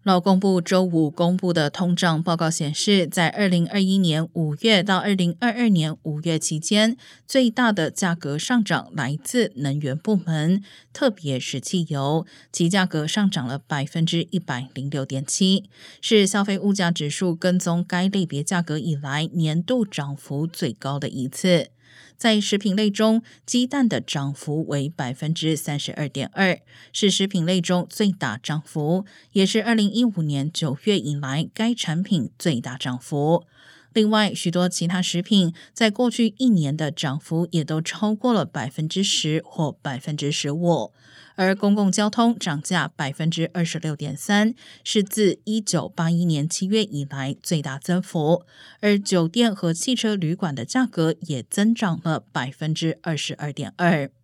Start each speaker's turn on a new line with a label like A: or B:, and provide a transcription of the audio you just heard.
A: 劳工部周五公布的通胀报告显示，在2021年5月到2022年5月期间，最大的价格上涨来自能源部门，特别是汽油，其价格上涨了 106.7%， 是消费物价指数跟踪该类别价格以来年度涨幅最高的一次。在食品类中，鸡蛋的涨幅为 32.2%， 是食品类中最大涨幅，也是2015年9月以来该产品最大涨幅。另外，许多其他食品在过去一年的涨幅也都超过了 10% 或 15%， 而公共交通涨价 26.3%， 是自1981年7月以来最大增幅，而酒店和汽车旅馆的价格也增长了 22.2%。